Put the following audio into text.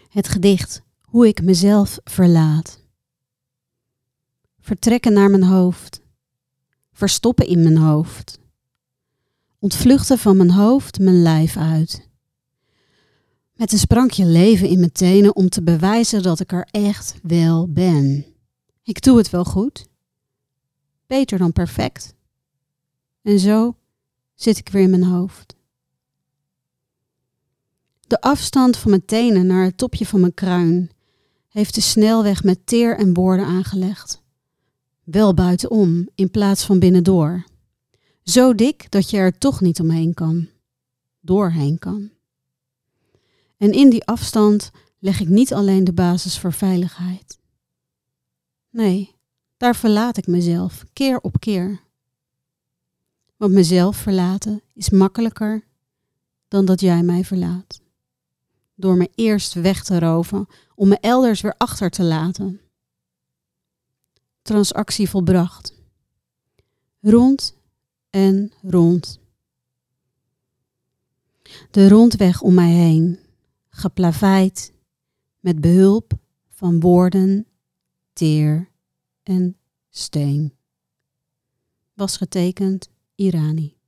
Het gedicht Hoe ik mezelf verlaat. Vertrekken naar mijn hoofd. Verstoppen in mijn hoofd. Ontvluchten van mijn hoofd mijn lijf uit. Met een sprankje leven in mijn tenen om te bewijzen dat ik er echt wel ben. Ik doe het wel goed. Beter dan perfect. En zo zit ik weer in mijn hoofd. De afstand van mijn tenen naar het topje van mijn kruin heeft de snelweg met teer en boorden aangelegd. Wel buitenom in plaats van binnendoor. Zo dik dat je er toch niet omheen kan. Doorheen kan. En in die afstand leg ik niet alleen de basis voor veiligheid. Nee, daar verlaat ik mezelf keer op keer. Want mezelf verlaten is makkelijker dan dat jij mij verlaat. Door me eerst weg te roven om me elders weer achter te laten. Transactie volbracht. Rond en rond. De rondweg om mij heen, geplaveid met behulp van woorden, teer en steen. Was getekend Irani.